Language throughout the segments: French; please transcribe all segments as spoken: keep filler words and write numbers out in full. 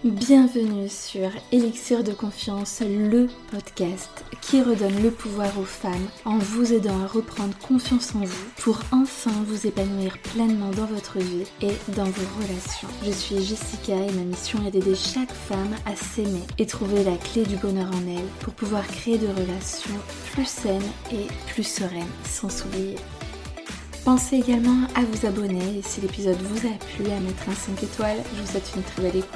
Bienvenue sur Élixir de Confiance, le podcast qui redonne le pouvoir aux femmes en vous aidant à reprendre confiance en vous pour enfin vous épanouir pleinement dans votre vie et dans vos relations. Je suis Jessica et ma mission est d'aider chaque femme à s'aimer et trouver la clé du bonheur en elle pour pouvoir créer des relations plus saines et plus sereines sans s'oublier. Pensez également à vous abonner et si l'épisode vous a plu, à mettre un cinq étoiles. Je vous souhaite une très belle écoute.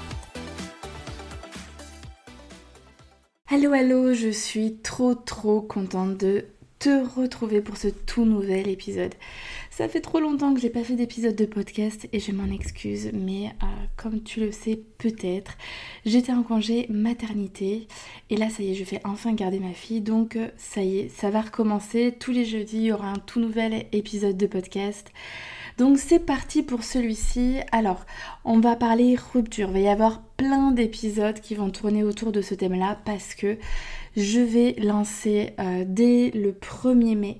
Allô allô, je suis trop trop contente de te retrouver pour ce tout nouvel épisode. Ça fait trop longtemps que j'ai pas fait d'épisode de podcast et je m'en excuse, mais euh, comme tu le sais peut-être, j'étais en congé maternité et là ça y est, je vais enfin garder ma fille, donc euh, ça y est, ça va recommencer. Tous les jeudis, il y aura un tout nouvel épisode de podcast. Donc c'est parti pour celui-ci. Alors, on va parler rupture. Il va y avoir plein d'épisodes qui vont tourner autour de ce thème-là parce que je vais lancer euh, dès le premier mai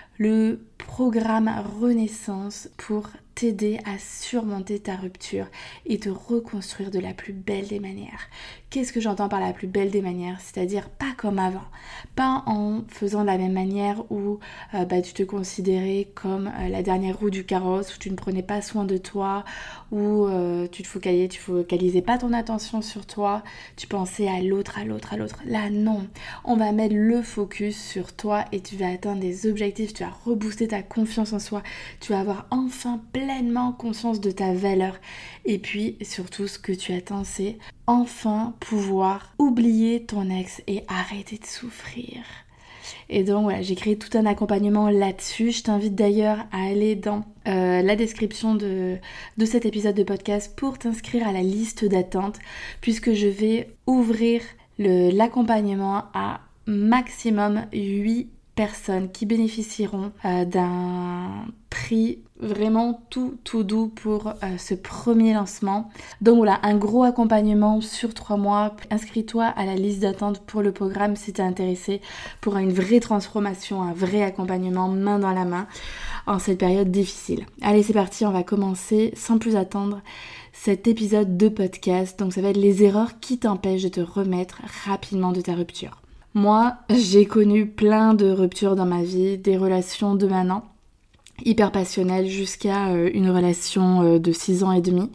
le programme Renaissance pour t'aider à surmonter ta rupture et te reconstruire de la plus belle des manières. Qu'est-ce que j'entends par la plus belle des manières ? C'est-à-dire pas comme avant, pas en faisant de la même manière où euh, bah, tu te considérais comme euh, la dernière roue du carrosse, où tu ne prenais pas soin de toi, où euh, tu te focalisais, tu focalisais pas ton attention sur toi, tu pensais à l'autre, à l'autre, à l'autre. Là non, on va mettre le focus sur toi et tu vas atteindre des objectifs, tu vas rebooster ta confiance en soi, tu vas avoir enfin pleinement conscience de ta valeur et puis surtout ce que tu attends c'est enfin pouvoir oublier ton ex et arrêter de souffrir. Et donc voilà, j'ai créé tout un accompagnement là-dessus. Je t'invite d'ailleurs à aller dans euh, la description de, de cet épisode de podcast pour t'inscrire à la liste d'attente puisque je vais ouvrir le, l'accompagnement à maximum huit personnes qui bénéficieront euh, d'un prix vraiment tout tout doux pour euh, ce premier lancement. Donc voilà, un gros accompagnement sur trois mois. Inscris-toi à la liste d'attente pour le programme si t'es intéressé pour une vraie transformation, un vrai accompagnement main dans la main en cette période difficile. Allez, c'est parti, on va commencer sans plus attendre cet épisode de podcast. Donc ça va être les erreurs qui t'empêchent de te remettre rapidement de ta rupture. Moi, j'ai connu plein de ruptures dans ma vie, des relations de un an, hyper passionnelles, jusqu'à euh, une relation euh, de six ans et demi.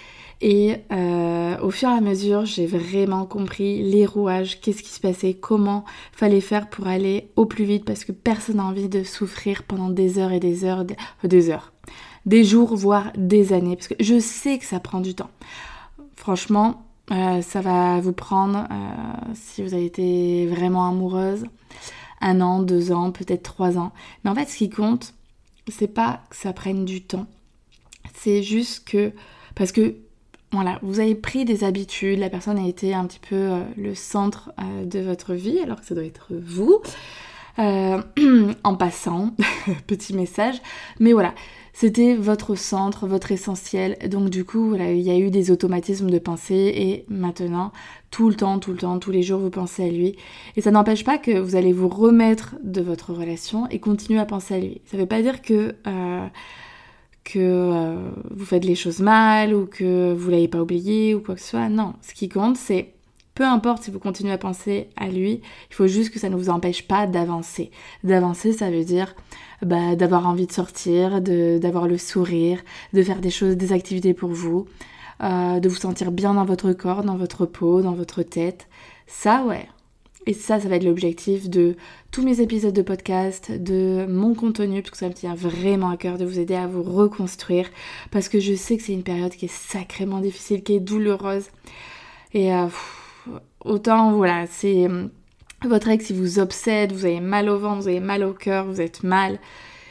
Et euh, au fur et à mesure, j'ai vraiment compris les rouages, qu'est-ce qui se passait, comment fallait faire pour aller au plus vite, parce que personne n'a envie de souffrir pendant des heures et des heures, des, euh, des heures, des jours, voire des années, parce que je sais que ça prend du temps. Franchement, Euh, ça va vous prendre, euh, si vous avez été vraiment amoureuse, un an, deux ans, peut-être trois ans. Mais en fait, ce qui compte, c'est pas que ça prenne du temps. C'est juste que, parce que, voilà, vous avez pris des habitudes, la personne a été un petit peu euh, le centre euh, de votre vie, alors que ça doit être vous, euh, en passant, petit message. Mais voilà, c'était votre centre, votre essentiel. Donc du coup, voilà, il y a eu des automatismes de pensée et maintenant, tout le temps, tout le temps, tous les jours, vous pensez à lui. Et ça n'empêche pas que vous allez vous remettre de votre relation et continuer à penser à lui. Ça ne veut pas dire que, euh, que euh, vous faites les choses mal ou que vous ne l'avez pas oublié ou quoi que ce soit. Non, ce qui compte, c'est peu importe si vous continuez à penser à lui, il faut juste que ça ne vous empêche pas d'avancer. D'avancer, ça veut dire bah, d'avoir envie de sortir, de, d'avoir le sourire, de faire des choses, des activités pour vous, euh, de vous sentir bien dans votre corps, dans votre peau, dans votre tête. Ça, ouais. Et ça, ça va être l'objectif de tous mes épisodes de podcast, de mon contenu, parce que ça me tient vraiment à cœur de vous aider à vous reconstruire, parce que je sais que c'est une période qui est sacrément difficile, qui est douloureuse. Et euh, pff, autant, voilà, c'est votre ex, il vous obsède, vous avez mal au ventre, vous avez mal au cœur, vous êtes mal.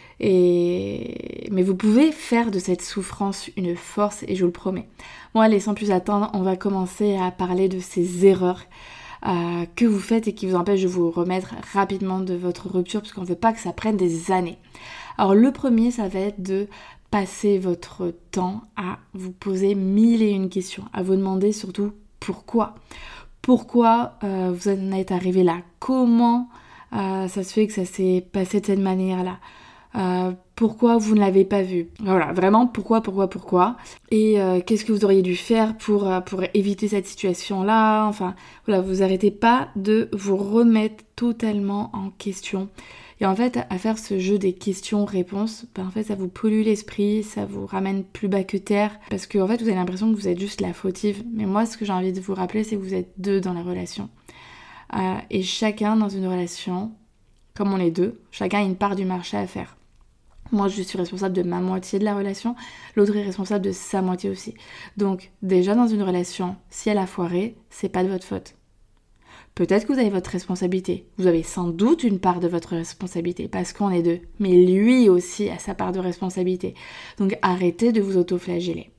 Et... Mais vous pouvez faire de cette souffrance une force, et je vous le promets. Bon, allez, sans plus attendre, on va commencer à parler de ces erreurs euh, que vous faites et qui vous empêchent de vous remettre rapidement de votre rupture, parce qu'on ne veut pas que ça prenne des années. Alors, le premier, ça va être de passer votre temps à vous poser mille et une questions, à vous demander surtout pourquoi. Pourquoi euh, vous en êtes arrivé là ? Comment euh, ça se fait que ça s'est passé de cette manière-là ? Euh, pourquoi vous ne l'avez pas vu? Voilà, vraiment pourquoi, pourquoi, pourquoi. Et euh, qu'est-ce que vous auriez dû faire pour, euh, pour éviter cette situation-là? Enfin, voilà, vous arrêtez pas de vous remettre totalement en question. Et en fait, à faire ce jeu des questions-réponses, ben en fait, ça vous pollue l'esprit, ça vous ramène plus bas que terre. Parce que en fait, vous avez l'impression que vous êtes juste la fautive. Mais moi, ce que j'ai envie de vous rappeler, c'est que vous êtes deux dans la relation. Euh, et chacun dans une relation, comme on est deux, chacun a une part du marché à faire. Moi, je suis responsable de ma moitié de la relation, l'autre est responsable de sa moitié aussi. Donc, déjà dans une relation, si elle a foiré, c'est pas de votre faute. Peut-être que vous avez votre responsabilité. Vous avez sans doute une part de votre responsabilité parce qu'on est deux. Mais lui aussi a sa part de responsabilité. Donc, arrêtez de vous autoflageller.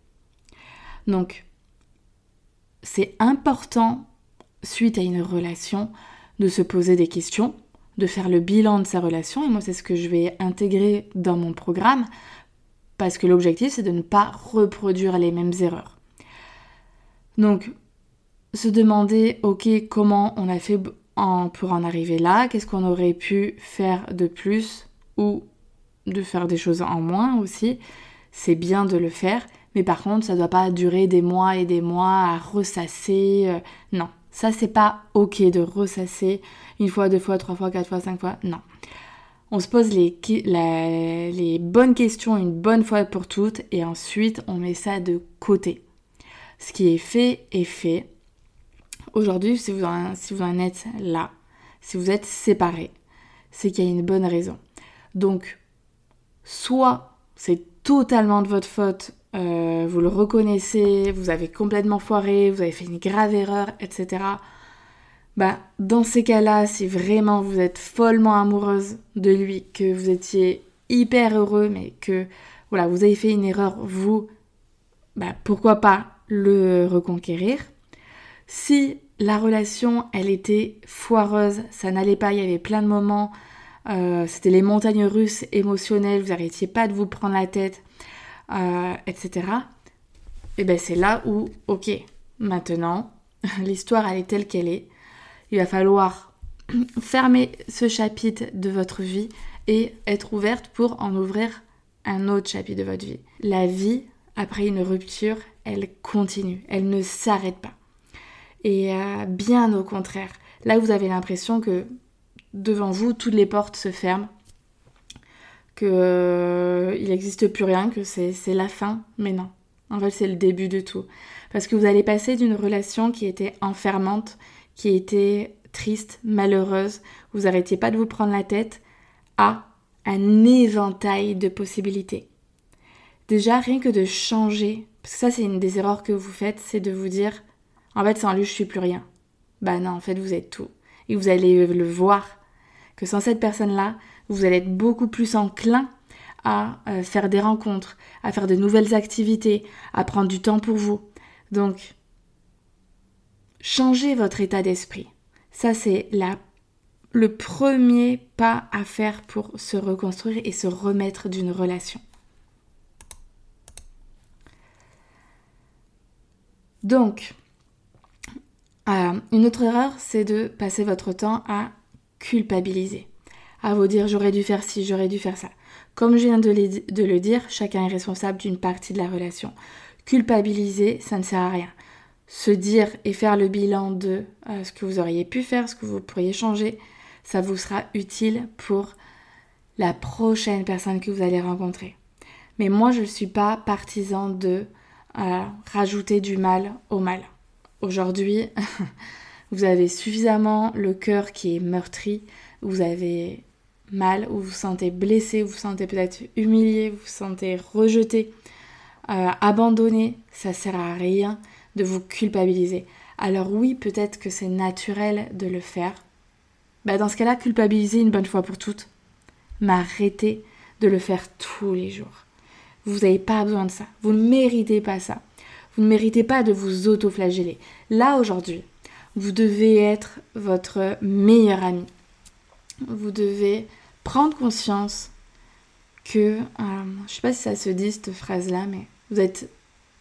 Donc, c'est important, suite à une relation, de se poser des questions, de faire le bilan de sa relation, et moi c'est ce que je vais intégrer dans mon programme, parce que l'objectif c'est de ne pas reproduire les mêmes erreurs. Donc, se demander, ok, comment on a fait en, pour en arriver là, qu'est-ce qu'on aurait pu faire de plus, ou de faire des choses en moins aussi, c'est bien de le faire, mais par contre ça ne doit pas durer des mois et des mois à ressasser, euh, non. Ça, c'est pas ok de ressasser une fois, deux fois, trois fois, quatre fois, cinq fois. Non. On se pose les, la, les bonnes questions une bonne fois pour toutes et ensuite, on met ça de côté. Ce qui est fait est fait. Aujourd'hui, si vous en, si vous en êtes là, si vous êtes séparés, c'est qu'il y a une bonne raison. Donc, soit c'est totalement de votre faute, Euh, vous le reconnaissez, vous avez complètement foiré, vous avez fait une grave erreur, et cetera. Bah, dans ces cas-là, si vraiment vous êtes follement amoureuse de lui, que vous étiez hyper heureux, mais que voilà, vous avez fait une erreur, vous, bah, pourquoi pas le reconquérir. Si la relation, elle était foireuse, ça n'allait pas, il y avait plein de moments, euh, c'était les montagnes russes émotionnelles, vous n'arrêtiez pas de vous prendre la tête, Euh, et cetera. Et ben c'est là où, ok, maintenant, l'histoire elle est telle qu'elle est. Il va falloir fermer ce chapitre de votre vie et être ouverte pour en ouvrir un autre chapitre de votre vie. La vie, après une rupture, elle continue, elle ne s'arrête pas. Et euh, bien au contraire, là vous avez l'impression que devant vous, toutes les portes se ferment, qu'il euh, n'existe plus rien, que c'est, c'est la fin, mais non. En fait, c'est le début de tout. Parce que vous allez passer d'une relation qui était enfermante, qui était triste, malheureuse, vous n'arrêtiez pas de vous prendre la tête, à un éventail de possibilités. Déjà, rien que de changer, parce que ça, c'est une des erreurs que vous faites, c'est de vous dire, en fait, sans lui, je suis plus rien. Bah non, en fait, vous êtes tout. Et vous allez le voir, que sans cette personne-là, vous allez être beaucoup plus enclin à euh, faire des rencontres, à faire de nouvelles activités, à prendre du temps pour vous. Donc, changez votre état d'esprit. Ça, c'est la, le premier pas à faire pour se reconstruire et se remettre d'une relation. Donc, euh, une autre erreur, c'est de passer votre temps à culpabiliser. À vous dire j'aurais dû faire ci, j'aurais dû faire ça. Comme je viens de, les, de le dire, chacun est responsable d'une partie de la relation. Culpabiliser, ça ne sert à rien. Se dire et faire le bilan de euh, ce que vous auriez pu faire, ce que vous pourriez changer, ça vous sera utile pour la prochaine personne que vous allez rencontrer. Mais moi, je ne suis pas partisan de euh, rajouter du mal au mal. Aujourd'hui, vous avez suffisamment le cœur qui est meurtri, vous avez mal, ou vous vous sentez blessé, vous vous sentez peut-être humilié, vous vous sentez rejeté, euh, abandonné, ça sert à rien de vous culpabiliser. Alors oui, peut-être que c'est naturel de le faire. Bah dans ce cas-là, culpabilisez une bonne fois pour toutes, mais arrêtez de le faire tous les jours. Vous n'avez pas besoin de ça, vous ne méritez pas ça. Vous ne méritez pas de vous auto-flageller. Là, aujourd'hui, vous devez être votre meilleur ami. Vous devez prendre conscience que, euh, je ne sais pas si ça se dit cette phrase-là, mais vous êtes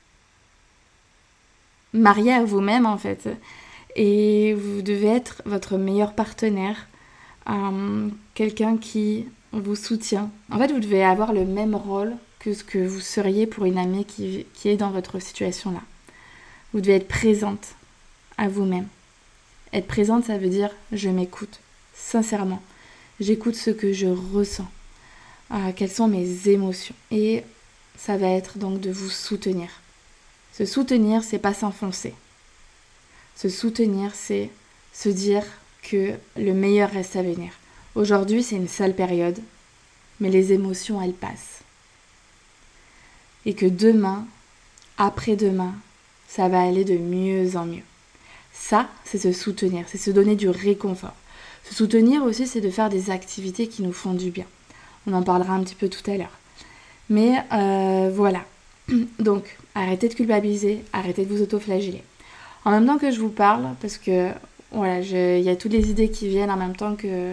marié à vous-même en fait, et vous devez être votre meilleur partenaire, euh, quelqu'un qui vous soutient. En fait, vous devez avoir le même rôle que ce que vous seriez pour une amie qui, qui est dans votre situation là. Vous devez être présente à vous-même. Être présente, ça veut dire je m'écoute, sincèrement. J'écoute ce que je ressens, euh, quelles sont mes émotions. Et ça va être donc de vous soutenir. Se soutenir, c'est pas s'enfoncer. Se soutenir, c'est se dire que le meilleur reste à venir. Aujourd'hui, c'est une sale période, mais les émotions, elles passent. Et que demain, après-demain, ça va aller de mieux en mieux. Ça, c'est se soutenir, c'est se donner du réconfort. Se soutenir aussi, c'est de faire des activités qui nous font du bien. On en parlera un petit peu tout à l'heure. Mais euh, voilà. Donc, arrêtez de culpabiliser, arrêtez de vous autoflageller. En même temps que je vous parle, parce que voilà, il y a toutes les idées qui viennent en même temps que,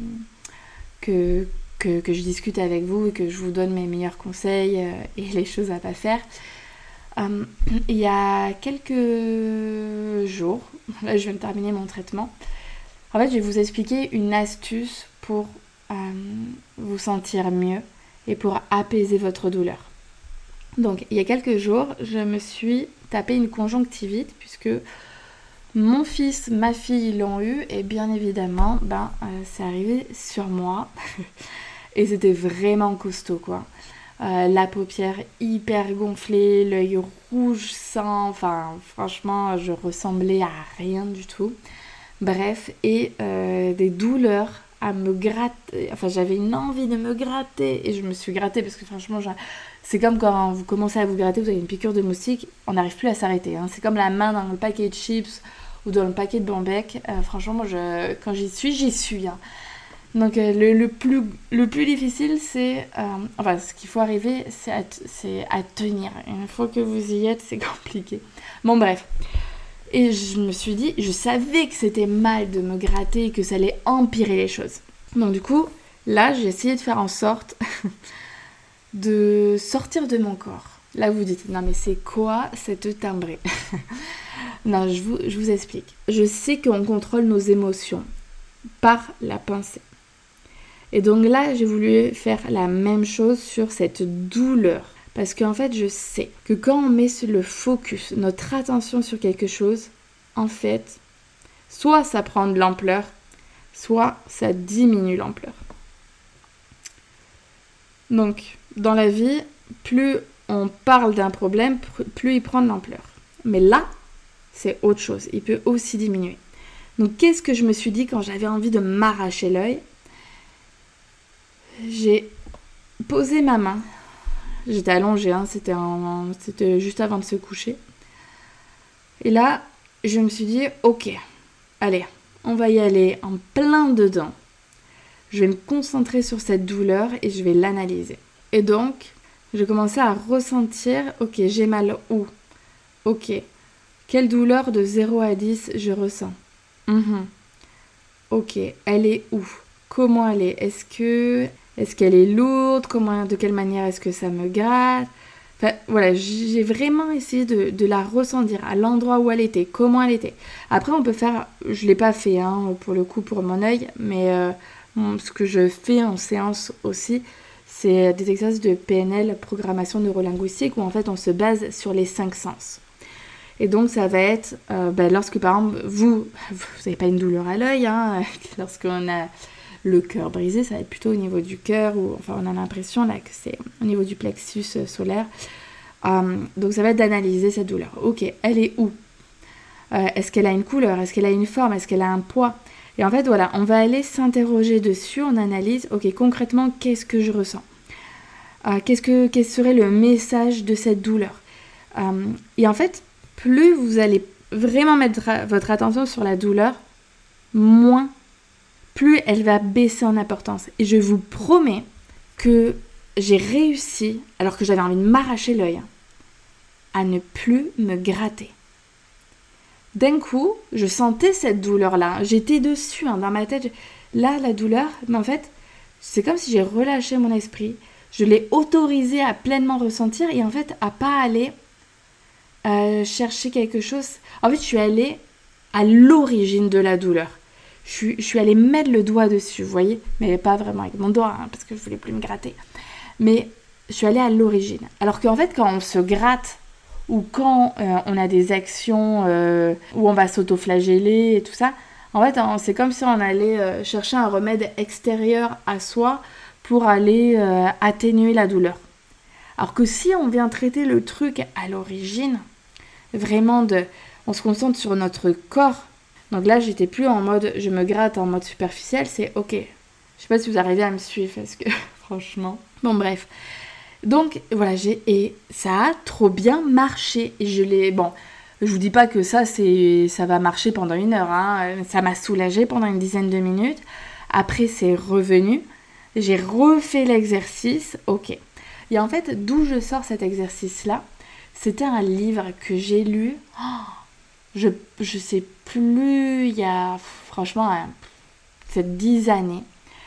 que, que, que je discute avec vous et que je vous donne mes meilleurs conseils euh, et les choses à ne pas faire. Euh, il y a quelques jours, là je viens de terminer mon traitement, en fait je vais vous expliquer une astuce pour euh, vous sentir mieux et pour apaiser votre douleur. Donc il y a quelques jours, je me suis tapé une conjonctivite puisque mon fils, ma fille l'ont eu et bien évidemment, ben, euh, c'est arrivé sur moi et c'était vraiment costaud quoi. Euh, la paupière hyper gonflée, l'œil rouge sang, enfin franchement je ressemblais à rien du tout. Bref, et euh, des douleurs à me gratter, enfin j'avais une envie de me gratter et je me suis grattée parce que franchement j'ai... c'est comme quand vous commencez à vous gratter, vous avez une piqûre de moustique, on n'arrive plus à s'arrêter, hein. C'est comme la main dans le paquet de chips ou dans le paquet de Bambec, euh, franchement moi je... quand j'y suis, j'y suis hein. Donc euh, le, le, plus, le plus difficile, c'est... Euh, enfin, ce qu'il faut arriver, c'est à, t- c'est à tenir. Une fois que vous y êtes, c'est compliqué. Bon, bref. Et je me suis dit, je savais que c'était mal de me gratter et que ça allait empirer les choses. Donc du coup, là, j'ai essayé de faire en sorte de sortir de mon corps. Là, vous dites, non mais c'est quoi cette timbrée? Non, je vous, je vous explique. Je sais qu'on contrôle nos émotions par la pensée. Et donc là, j'ai voulu faire la même chose sur cette douleur. Parce qu'en fait, je sais que quand on met le focus, notre attention sur quelque chose, en fait, soit ça prend de l'ampleur, soit ça diminue l'ampleur. Donc, dans la vie, plus on parle d'un problème, plus il prend de l'ampleur. Mais là, c'est autre chose. Il peut aussi diminuer. Donc, qu'est-ce que je me suis dit quand j'avais envie de m'arracher l'œil ? J'ai posé ma main. J'étais allongée, hein, c'était, en, c'était juste avant de se coucher. Et là, je me suis dit, ok, allez, on va y aller en plein dedans. Je vais me concentrer sur cette douleur et je vais l'analyser. Et donc, j'ai commencé à ressentir, ok, j'ai mal où ? Ok, quelle douleur de zéro à dix je ressens ? Mmh. Ok, elle est où ? Comment elle est ? Est-ce que... Est-ce qu'elle est lourde ? Comment, de quelle manière est-ce que ça me gratte ? Enfin, voilà, j'ai vraiment essayé de, de la ressentir à l'endroit où elle était, comment elle était. Après, on peut faire... Je ne l'ai pas fait, hein, pour le coup, pour mon œil, mais euh, bon, ce que je fais en séance aussi, c'est des exercices de P N L, programmation neurolinguistique, où en fait, on se base sur les cinq sens. Et donc, ça va être... Euh, ben, lorsque, par exemple, vous... Vous n'avez pas une douleur à l'œil, hein, lorsqu'on a... le cœur brisé, ça va être plutôt au niveau du cœur, ou enfin on a l'impression là que c'est au niveau du plexus solaire. Euh, donc ça va être d'analyser cette douleur. Ok, elle est où ? euh, Est-ce qu'elle a une couleur ? Est-ce qu'elle a une forme ? Est-ce qu'elle a un poids ? Et en fait voilà, on va aller s'interroger dessus, on analyse, ok concrètement qu'est-ce que je ressens ? euh, qu'est-ce que, quel serait le message de cette douleur ? euh, Et en fait, plus vous allez vraiment mettre votre attention sur la douleur, moins plus elle va baisser en importance. Et je vous promets que j'ai réussi, alors que j'avais envie de m'arracher l'œil, à ne plus me gratter. D'un coup, je sentais cette douleur-là. J'étais dessus, hein, dans ma tête. Là, la douleur, mais en fait, c'est comme si j'ai relâché mon esprit. Je l'ai autorisé à pleinement ressentir et en fait, à pas aller euh, chercher quelque chose. En fait, je suis allée à l'origine de la douleur. Je suis, je suis allée mettre le doigt dessus, vous voyez, mais pas vraiment avec mon doigt, hein, parce que je voulais plus me gratter. Mais je suis allée à l'origine. Alors qu'en fait, quand on se gratte, ou quand euh, on a des actions euh, où on va s'autoflageller et tout ça, en fait, hein, c'est comme si on allait euh, chercher un remède extérieur à soi pour aller euh, atténuer la douleur. Alors que si on vient traiter le truc à l'origine, vraiment, de, on se concentre sur notre corps. Donc là, j'étais plus en mode je me gratte en mode superficiel, c'est ok. Je sais pas si vous arrivez à me suivre parce que franchement. Bon, bref. Donc voilà, j'ai et ça a trop bien marché. Et je l'ai. Bon, je vous dis pas que ça, c'est ça va marcher pendant une heure. Hein. Ça m'a soulagée pendant une dizaine de minutes. Après, c'est revenu. J'ai refait l'exercice. Ok. Et en fait, d'où je sors cet exercice-là, c'était un livre que j'ai lu. Oh, je je sais plus. Il y a franchement un, c'est dix années.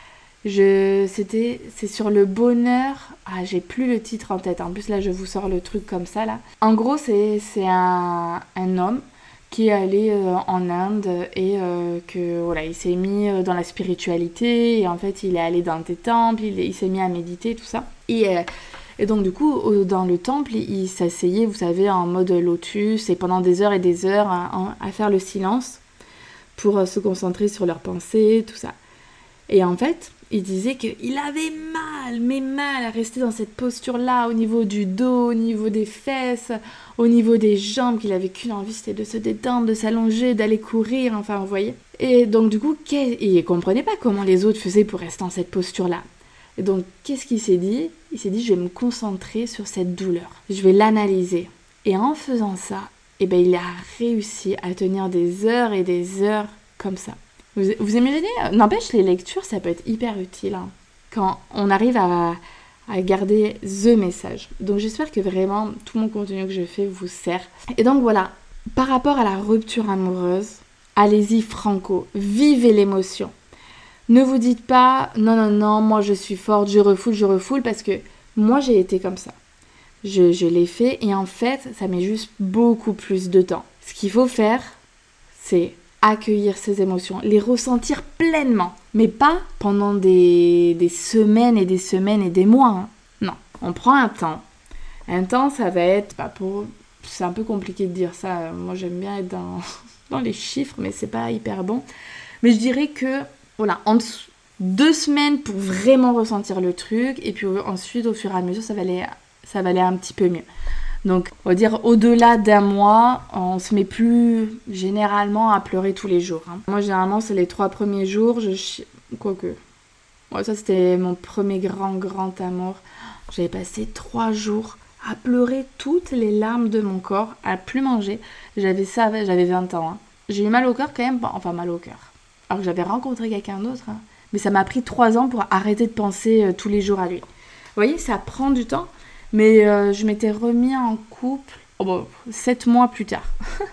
Je, c'était, c'est sur le bonheur. Ah, j'ai plus le titre en tête. En plus, là, je vous sors le truc comme ça, là. En gros, c'est, c'est un, un homme qui est allé euh, en Inde et euh, que, voilà, il s'est mis euh, dans la spiritualité. Et en fait, il est allé dans des temples, il, il s'est mis à méditer, tout ça. Et, euh, et donc, du coup, au, dans le temple, il, il s'asseyait, vous savez, en mode lotus et pendant des heures et des heures à, à faire le silence pour euh, se concentrer sur leurs pensées, tout ça. Et en fait, il disait qu'il avait mal, mais mal à rester dans cette posture-là, au niveau du dos, au niveau des fesses, au niveau des jambes, qu'il avait qu'une envie, c'était de se détendre, de s'allonger, d'aller courir, enfin, vous voyez. Et donc, du coup, il ne comprenait pas comment les autres faisaient pour rester dans cette posture-là. Et donc, qu'est-ce qu'il s'est dit ? Il s'est dit, je vais me concentrer sur cette douleur. Je vais l'analyser. Et en faisant ça, eh ben, il a réussi à tenir des heures et des heures comme ça. Vous, vous imaginez, n'empêche, les lectures, ça peut être hyper utile hein, quand on arrive à, à garder the message. Donc j'espère que vraiment tout mon contenu que je fais vous sert. Et donc voilà, par rapport à la rupture amoureuse, allez-y franco, vivez l'émotion. Ne vous dites pas, non, non, non, moi je suis forte, je refoule, je refoule, parce que moi j'ai été comme ça. Je, je l'ai fait et en fait, ça met juste beaucoup plus de temps. Ce qu'il faut faire, c'est accueillir ces émotions, les ressentir pleinement, mais pas pendant des, des semaines et des semaines et des mois. Hein. Non, on prend un temps. Un temps, ça va être, bah pour, c'est un peu compliqué de dire ça. Moi, j'aime bien être dans, dans les chiffres, mais c'est pas hyper bon. Mais je dirais que, voilà, en deux semaines pour vraiment ressentir le truc, et puis ensuite, au fur et à mesure, ça va aller, ça va aller un petit peu mieux. Donc, on va dire, au-delà d'un mois, on se met plus généralement à pleurer tous les jours. Hein. Moi, généralement, c'est les trois premiers jours, je chi... Quoique... Ouais, ça, c'était mon premier grand, grand amour. J'avais passé trois jours à pleurer toutes les larmes de mon corps, à plus manger. J'avais ça, j'avais vingt ans. Hein. J'ai eu mal au cœur quand même, enfin mal au cœur. Alors que j'avais rencontré quelqu'un d'autre. Hein. Mais ça m'a pris trois ans pour arrêter de penser euh, tous les jours à lui. Vous voyez, ça prend du temps. Mais euh, je m'étais remis en couple oh bon, sept mois plus tard.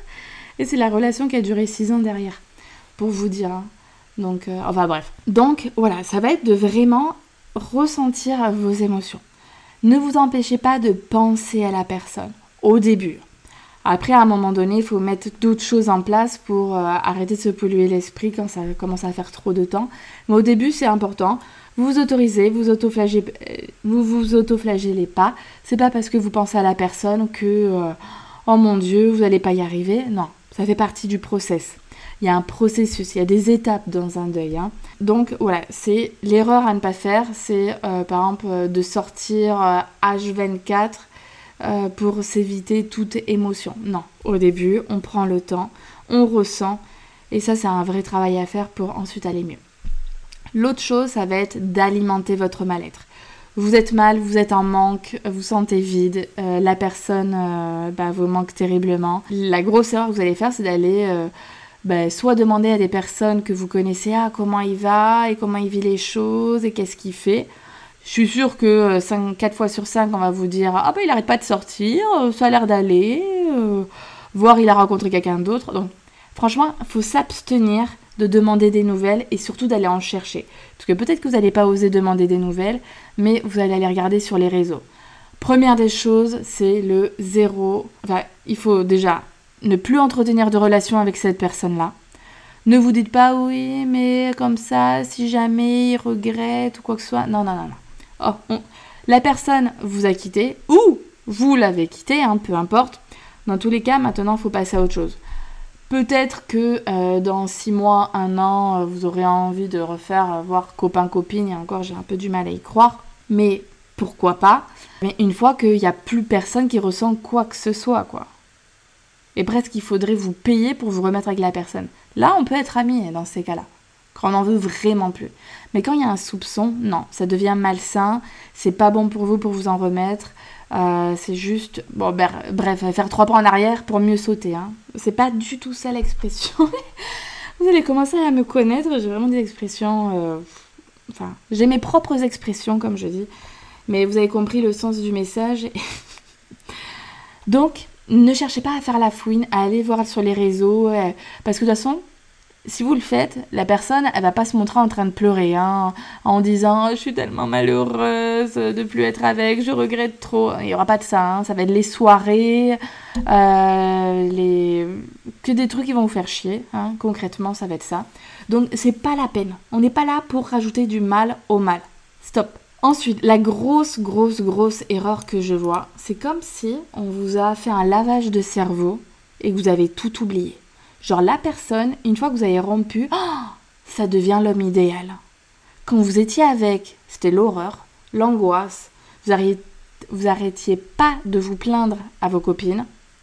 Et c'est la relation qui a duré six ans derrière, pour vous dire. Hein. Donc, euh, enfin bref. Donc voilà, ça va être de vraiment ressentir vos émotions. Ne vous empêchez pas de penser à la personne au début. Après, à un moment donné, il faut mettre d'autres choses en place pour euh, arrêter de se polluer l'esprit quand ça commence à faire trop de temps. Mais au début, c'est important. Vous vous autorisez, vous autoflagez, vous vous autoflagellez pas. C'est pas parce que vous pensez à la personne que euh, oh mon Dieu, vous n'allez pas y arriver. Non, ça fait partie du process. Il y a un processus, il y a des étapes dans un deuil. Hein. Donc voilà, c'est l'erreur à ne pas faire, c'est euh, par exemple de sortir euh, H vingt-quatre euh, pour s'éviter toute émotion. Non, au début, on prend le temps, on ressent, et ça c'est un vrai travail à faire pour ensuite aller mieux. L'autre chose, ça va être d'alimenter votre mal-être. Vous êtes mal, vous êtes en manque, vous sentez vide, euh, la personne euh, bah, vous manque terriblement. La grosse erreur que vous allez faire, c'est d'aller euh, bah, soit demander à des personnes que vous connaissez ah, comment il va et comment il vit les choses et qu'est-ce qu'il fait. Je suis sûre que cinq, quatre fois sur cinq, on va vous dire « Ah bah il n'arrête pas de sortir, ça a l'air d'aller, euh, voire il a rencontré quelqu'un d'autre. » Donc franchement, il faut s'abstenir de demander des nouvelles et surtout d'aller en chercher. Parce que peut-être que vous n'allez pas oser demander des nouvelles, mais vous allez aller regarder sur les réseaux. Première des choses, c'est le zéro. Enfin, il faut déjà ne plus entretenir de relation avec cette personne-là. Ne vous dites pas oui, mais comme ça, si jamais il regrette ou quoi que ce soit. Non, non, non, non. Oh, on... La personne vous a quitté ou vous l'avez quitté, hein, peu importe. Dans tous les cas, maintenant, il faut passer à autre chose. Peut-être que euh, dans six mois, un an, euh, vous aurez envie de refaire euh, voir copain-copine. Et encore, j'ai un peu du mal à y croire. Mais pourquoi pas? Mais une fois qu'il n'y a plus personne qui ressent quoi que ce soit, quoi. Et presque, il faudrait vous payer pour vous remettre avec la personne. Là, on peut être amis dans ces cas-là. Quand on n'en veut vraiment plus. Mais quand il y a un soupçon, non, ça devient malsain. C'est pas bon pour vous pour vous en remettre. Euh, c'est juste, bon, ben, bref, faire trois pas en arrière pour mieux sauter. Hein. C'est pas du tout ça l'expression. Vous allez commencer à me connaître. J'ai vraiment des expressions. Euh, enfin, j'ai mes propres expressions, comme je dis. Mais vous avez compris le sens du message. Donc, ne cherchez pas à faire la fouine, à aller voir sur les réseaux. Euh, parce que de toute façon, si vous le faites, la personne, elle va pas se montrer en train de pleurer, hein, en disant « Je suis tellement malheureuse de plus être avec, je regrette trop ». Il n'y aura pas de ça, hein, ça va être les soirées, euh, les... que des trucs qui vont vous faire chier, hein, concrètement, ça va être ça. Donc, c'est pas la peine. On n'est pas là pour rajouter du mal au mal. Stop. Ensuite, la grosse, grosse, grosse erreur que je vois, c'est comme si on vous a fait un lavage de cerveau et que vous avez tout oublié. Genre la personne, une fois que vous avez rompu, oh, ça devient l'homme idéal. Quand vous étiez avec, c'était l'horreur, l'angoisse. Vous arrêtiez, vous arrêtiez pas de vous plaindre à vos copines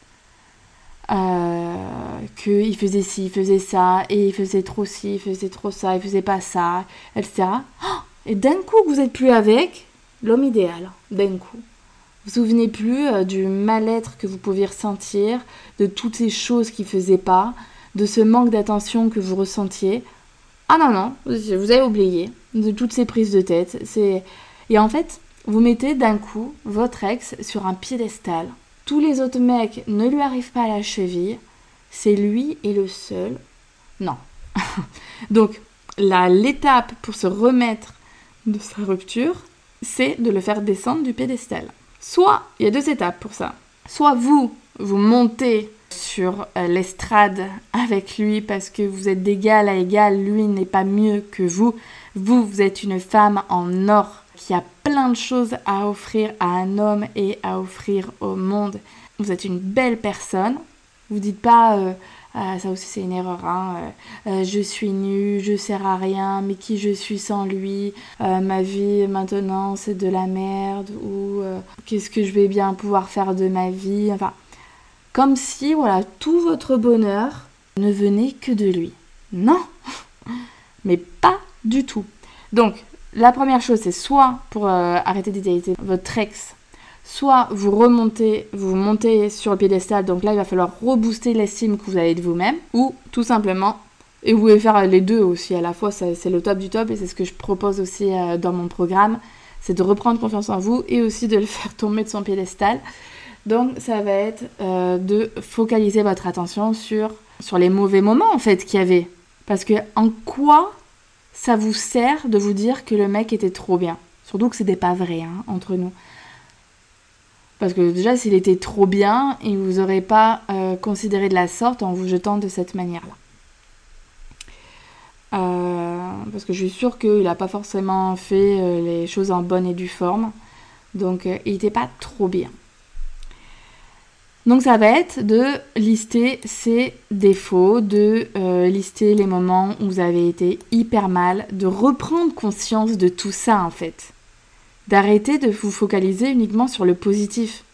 euh, qu'il faisait ci, il faisait ça, et il faisait trop ci, il faisait trop ça, il faisait pas ça, et cetera. Oh, et d'un coup que vous êtes plus avec, l'homme idéal, d'un coup. Vous vous souvenez plus euh, du mal-être que vous pouviez ressentir, de toutes ces choses qu'il faisait pas, de ce manque d'attention que vous ressentiez. Ah non, non, vous avez oublié de toutes ces prises de tête. C'est... Et en fait, vous mettez d'un coup votre ex sur un piédestal. Tous les autres mecs ne lui arrivent pas à la cheville. C'est lui et le seul. Non. Donc, la, l'étape pour se remettre de sa rupture, c'est de le faire descendre du piédestal. Soit, il y a deux étapes pour ça. Soit vous, vous montez sur euh, l'estrade avec lui parce que vous êtes d'égal à égal, lui n'est pas mieux que vous. Vous, vous êtes une femme en or qui a plein de choses à offrir à un homme et à offrir au monde. Vous êtes une belle personne. Vous dites pas, euh, ah, ça aussi c'est une erreur, hein, euh, euh, je suis nue, je sers à rien, mais qui je suis sans lui, euh, ma vie maintenant c'est de la merde, ou euh, qu'est-ce que je vais bien pouvoir faire de ma vie, enfin, comme si, voilà, tout votre bonheur ne venait que de lui. Non, mais pas du tout. Donc, la première chose, c'est soit pour euh, arrêter d'idéaliser votre ex, soit vous remontez, vous montez sur le piédestal, donc là il va falloir rebooster l'estime que vous avez de vous-même, ou tout simplement, et vous pouvez faire les deux aussi à la fois, c'est, c'est le top du top, et c'est ce que je propose aussi euh, dans mon programme, c'est de reprendre confiance en vous, et aussi de le faire tomber de son piédestal. Donc ça va être euh, de focaliser votre attention sur, sur les mauvais moments en fait qu'il y avait. Parce que en quoi ça vous sert de vous dire que le mec était trop bien? Surtout que c'était pas vrai, hein, entre nous. Parce que déjà, s'il était trop bien, il ne vous aurait pas euh, considéré de la sorte en vous jetant de cette manière-là. Euh, parce que je suis sûre qu'il n'a pas forcément fait euh, les choses en bonne et due forme. Donc, euh, il n'était pas trop bien. Donc, ça va être de lister ses défauts, de euh, lister les moments où vous avez été hyper mal, de reprendre conscience de tout ça, en fait. D'arrêter de vous focaliser uniquement sur le positif.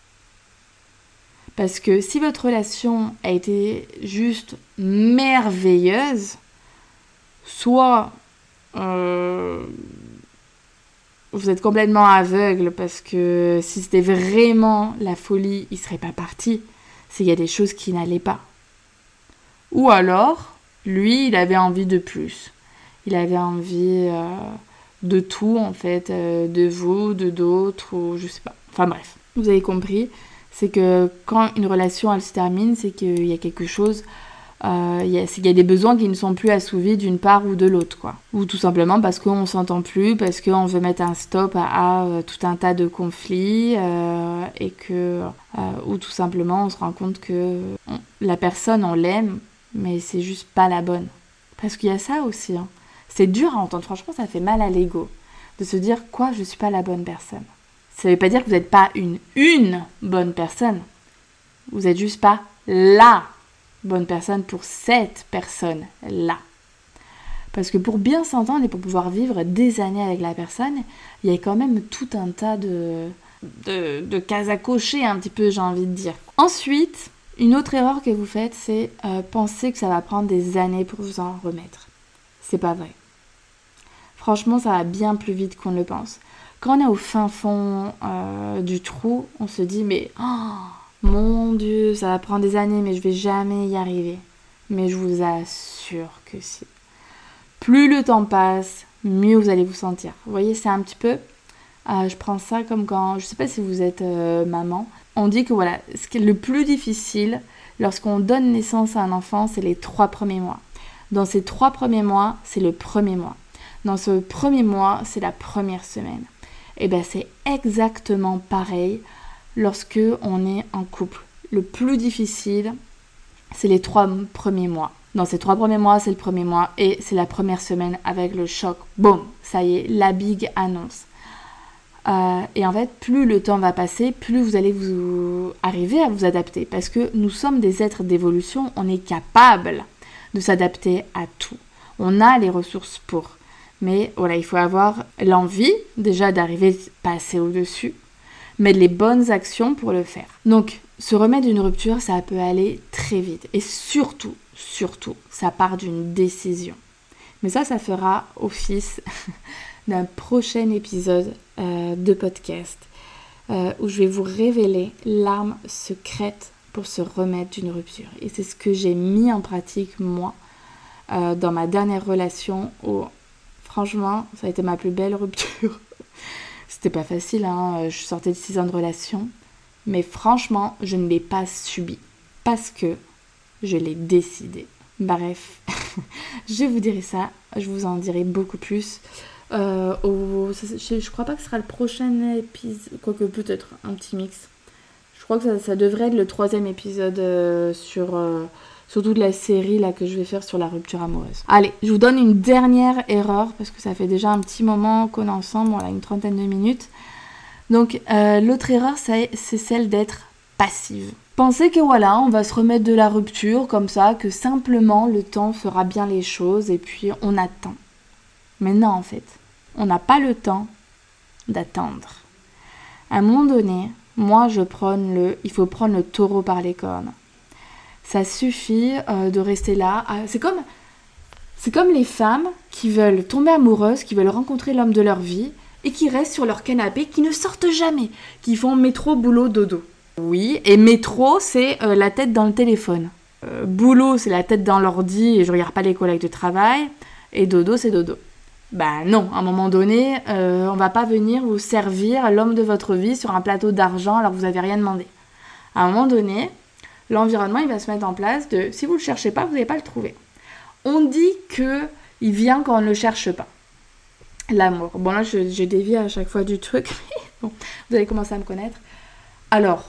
Parce que si votre relation a été juste merveilleuse, soit euh, vous êtes complètement aveugle parce que si c'était vraiment la folie, il ne serait pas parti. C'est qu'il y a des choses qui n'allaient pas. Ou alors, lui, il avait envie de plus. Il avait envie... Euh, de tout en fait, euh, de vous, de d'autres, ou je sais pas. Enfin bref, vous avez compris, c'est que quand une relation elle se termine, c'est qu'il y a quelque chose, euh, il y a, c'est qu'il y a des besoins qui ne sont plus assouvis d'une part ou de l'autre, quoi. Ou tout simplement parce qu'on s'entend plus, parce qu'on veut mettre un stop à, à, à tout un tas de conflits, euh, et que, euh, ou tout simplement on se rend compte que on, la personne on l'aime, mais c'est juste pas la bonne. Parce qu'il y a ça aussi. Hein. C'est dur à entendre. Franchement, ça fait mal à l'ego de se dire « Quoi, je ne suis pas la bonne personne ?» Ça ne veut pas dire que vous n'êtes pas une, une bonne personne. Vous n'êtes juste pas la bonne personne pour cette personne-là. Parce que pour bien s'entendre et pour pouvoir vivre des années avec la personne, il y a quand même tout un tas de, de, de cases à cocher, un petit peu, j'ai envie de dire. Ensuite, une autre erreur que vous faites, c'est euh, penser que ça va prendre des années pour vous en remettre. C'est pas vrai. Franchement, ça va bien plus vite qu'on ne le pense. Quand on est au fin fond euh, du trou, on se dit, mais oh, mon Dieu, ça va prendre des années, mais je vais jamais y arriver. Mais je vous assure que si. Plus le temps passe, mieux vous allez vous sentir. Vous voyez, c'est un petit peu... Euh, je prends ça comme quand... Je ne sais pas si vous êtes euh, maman. On dit que voilà, ce qui est le plus difficile lorsqu'on donne naissance à un enfant, c'est les trois premiers mois. Dans ces trois premiers mois, c'est le premier mois. Dans ce premier mois, c'est la première semaine. Et bien, c'est exactement pareil lorsque on est en couple. Le plus difficile, c'est les trois premiers mois. Dans ces trois premiers mois, c'est le premier mois et c'est la première semaine avec le choc. Boum, ça y est, la big annonce. Euh, et en fait, plus le temps va passer, plus vous allez vous arriver à vous adapter. Parce que nous sommes des êtres d'évolution, on est capable de s'adapter à tout. On a les ressources pour. Mais voilà, il faut avoir l'envie déjà d'arriver à passer au-dessus, mais les bonnes actions pour le faire. Donc, se remettre d'une rupture, ça peut aller très vite. Et surtout, surtout, ça part d'une décision. Mais ça, ça fera office d'un prochain épisode euh, de podcast euh, où je vais vous révéler l'arme secrète pour se remettre d'une rupture. Et c'est ce que j'ai mis en pratique, moi, euh, dans ma dernière relation où, franchement, ça a été ma plus belle rupture. C'était pas facile, hein, je sortais de six ans de relation. Mais franchement, je ne l'ai pas subi parce que je l'ai décidé. Bref, je vous dirai ça, je vous en dirai beaucoup plus. Euh, au, je, je crois pas que ce sera le prochain épisode, quoique peut-être un petit mix. Je crois que ça, ça devrait être le troisième épisode euh, sur, euh, sur toute la série là, que je vais faire sur la rupture amoureuse. Allez, je vous donne une dernière erreur parce que ça fait déjà un petit moment qu'on est ensemble, voilà, une trentaine de minutes. Donc, euh, l'autre erreur, c'est, c'est celle d'être passive. Pensez que voilà, on va se remettre de la rupture comme ça, que simplement le temps fera bien les choses et puis on attend. Mais non, en fait, on n'a pas le temps d'attendre. À un moment donné, moi, je prône le, il faut prendre le taureau par les cornes. Ça suffit euh, de rester là. C'est comme, c'est comme les femmes qui veulent tomber amoureuses, qui veulent rencontrer l'homme de leur vie, et qui restent sur leur canapé, qui ne sortent jamais, qui font métro, boulot, dodo. Oui, et métro, c'est euh, la tête dans le téléphone. Euh, boulot, c'est la tête dans l'ordi et je regarde pas les collègues de travail. Et dodo, c'est dodo. Ben non, à un moment donné, euh, on va pas venir vous servir l'homme de votre vie sur un plateau d'argent alors que vous avez rien demandé. À un moment donné, l'environnement, il va se mettre en place de, si vous le cherchez pas, vous n'allez pas le trouver. On dit que il vient quand on ne le cherche pas. L'amour. Bon là, je, je dévie à chaque fois du truc, mais bon, vous allez commencer à me connaître. Alors,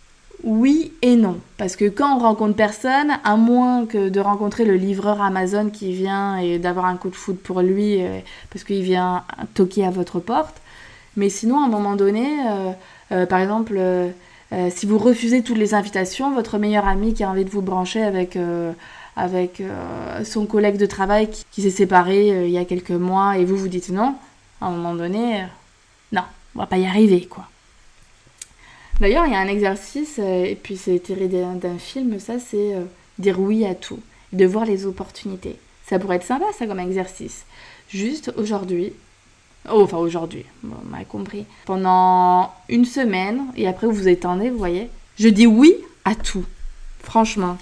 oui et non. Parce que quand on rencontre personne, à moins que de rencontrer le livreur Amazon qui vient et d'avoir un coup de foudre pour lui, euh, parce qu'il vient toquer à votre porte. Mais sinon, à un moment donné, euh, euh, par exemple, euh, euh, si vous refusez toutes les invitations, votre meilleur ami qui a envie de vous brancher avec... Euh, avec euh, son collègue de travail qui, qui s'est séparé euh, il y a quelques mois et vous vous dites non, à un moment donné, euh, non, on va pas y arriver, quoi. D'ailleurs, il y a un exercice, euh, et puis c'est tiré d'un, d'un film, ça c'est euh, dire oui à tout, de voir les opportunités. Ça pourrait être sympa, ça, comme exercice. Juste aujourd'hui, oh, enfin aujourd'hui, bon, on m'a compris, pendant une semaine, et après vous vous étendez, vous voyez, je dis oui à tout, franchement.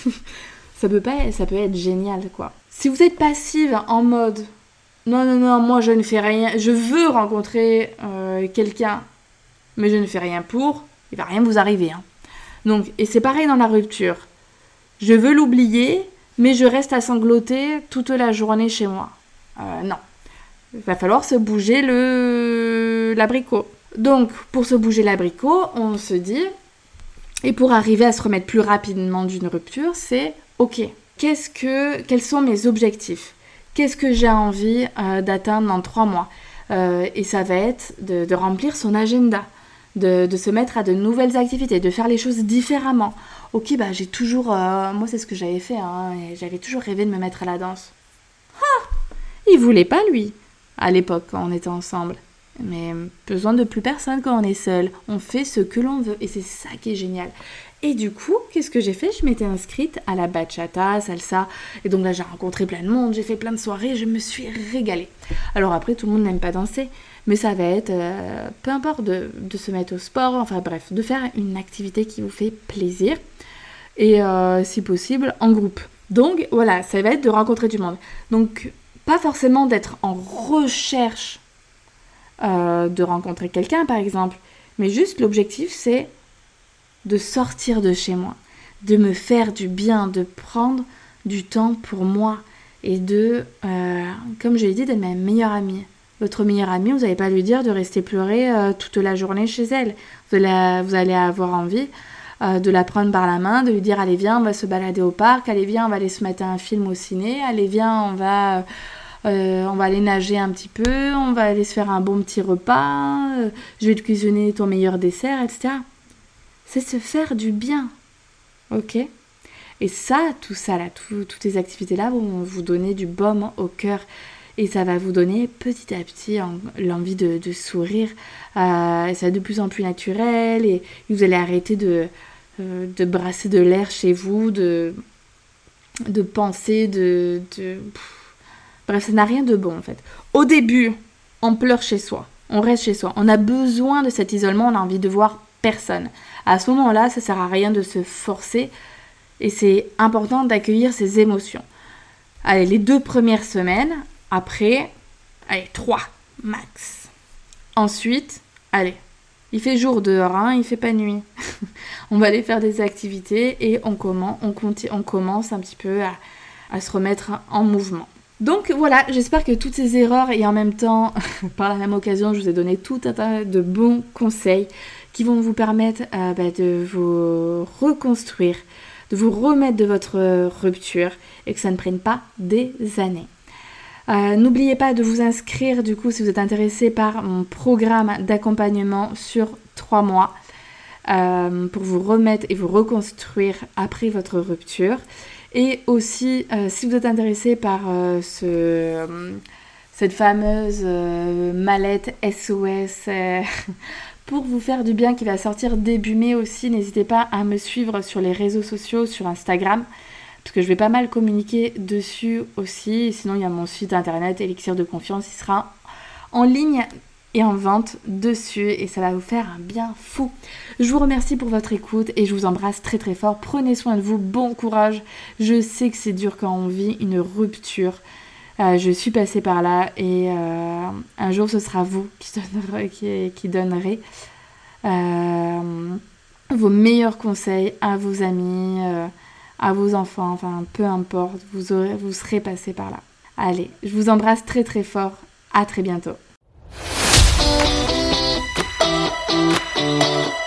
Ça peut pas, ça peut être génial, quoi. Si vous êtes passive en mode non, non, non, moi je ne fais rien, je veux rencontrer euh, quelqu'un, mais je ne fais rien pour, il va rien vous arriver. Hein. Donc, et c'est pareil dans la rupture. Je veux l'oublier, mais je reste à sangloter toute la journée chez moi. Euh, non. Il va falloir se bouger le l'abricot. Donc, pour se bouger l'abricot, on se dit, et pour arriver à se remettre plus rapidement d'une rupture, c'est ok, qu'est-ce que, quels sont mes objectifs ? Qu'est-ce que j'ai envie euh, d'atteindre dans trois mois ? euh, Et ça va être de, de remplir son agenda, de, de se mettre à de nouvelles activités, de faire les choses différemment. Ok, bah j'ai toujours... Euh, moi, c'est ce que j'avais fait, hein, et j'avais toujours rêvé de me mettre à la danse. Ah, il voulait pas, lui, à l'époque, quand on était ensemble. Mais besoin de plus personne quand on est seul. On fait ce que l'on veut, et c'est ça qui est génial. Et du coup, qu'est-ce que j'ai fait ? Je m'étais inscrite à la bachata, salsa. Et donc là, j'ai rencontré plein de monde, j'ai fait plein de soirées, je me suis régalée. Alors après, tout le monde n'aime pas danser, mais ça va être, euh, peu importe, de, de se mettre au sport, enfin bref, de faire une activité qui vous fait plaisir. Et euh, si possible, en groupe. Donc voilà, ça va être de rencontrer du monde. Donc, pas forcément d'être en recherche euh, de rencontrer quelqu'un, par exemple. Mais juste, l'objectif, c'est de sortir de chez moi, de me faire du bien, de prendre du temps pour moi et de, euh, comme je l'ai dit, d'être ma meilleure amie. Votre meilleure amie, vous n'allez pas lui dire de rester pleurer euh, toute la journée chez elle. Vous allez, vous allez avoir envie euh, de la prendre par la main, de lui dire « Allez, viens, on va se balader au parc. Allez, viens, on va aller se mettre un film au ciné. Allez, viens, on va, euh, on va aller nager un petit peu. On va aller se faire un bon petit repas. Euh, je vais te cuisiner ton meilleur dessert, et cetera » C'est se faire du bien, ok ? Et ça, tout ça, là, tout, toutes ces activités-là vont vous donner du baume au cœur. Et ça va vous donner petit à petit en, l'envie de, de sourire. Euh, ça va de plus en plus naturel et vous allez arrêter de, euh, de brasser de l'air chez vous, de, de penser, de... de... Bref, ça n'a rien de bon, en fait. Au début, on pleure chez soi, on reste chez soi. On a besoin de cet isolement, on a envie de voir personne. À ce moment-là, ça ne sert à rien de se forcer et c'est important d'accueillir ses émotions. Allez, les deux premières semaines, après, allez, trois, max. Ensuite, allez, il fait jour dehors, hein, il fait pas nuit. On va aller faire des activités et on commence, on conti- on commence un petit peu à, à se remettre en mouvement. Donc voilà, j'espère que toutes ces erreurs et en même temps, par la même occasion, je vous ai donné tout un tas de bons conseils qui vont vous permettre euh, bah, de vous reconstruire, de vous remettre de votre rupture et que ça ne prenne pas des années. Euh, n'oubliez pas de vous inscrire du coup si vous êtes intéressé par mon programme d'accompagnement sur trois mois euh, pour vous remettre et vous reconstruire après votre rupture. Et aussi, euh, si vous êtes intéressé par euh, ce, euh, cette fameuse euh, mallette S O S euh, pour vous faire du bien qui va sortir début mai aussi, n'hésitez pas à me suivre sur les réseaux sociaux, sur Instagram, parce que je vais pas mal communiquer dessus aussi. Et sinon, il y a mon site internet Elixir de Confiance, il sera en ligne et en vente dessus et ça va vous faire un bien fou. Je vous remercie pour votre écoute et je vous embrasse très très fort. Prenez soin de vous, bon courage. Je sais que c'est dur quand on vit une rupture. Euh, je suis passée par là et euh, un jour ce sera vous qui donnerez, qui, qui donnerez euh, vos meilleurs conseils à vos amis, euh, à vos enfants, enfin peu importe, vous, aurez, vous serez passé par là. Allez, je vous embrasse très très fort. À très bientôt. Thank you.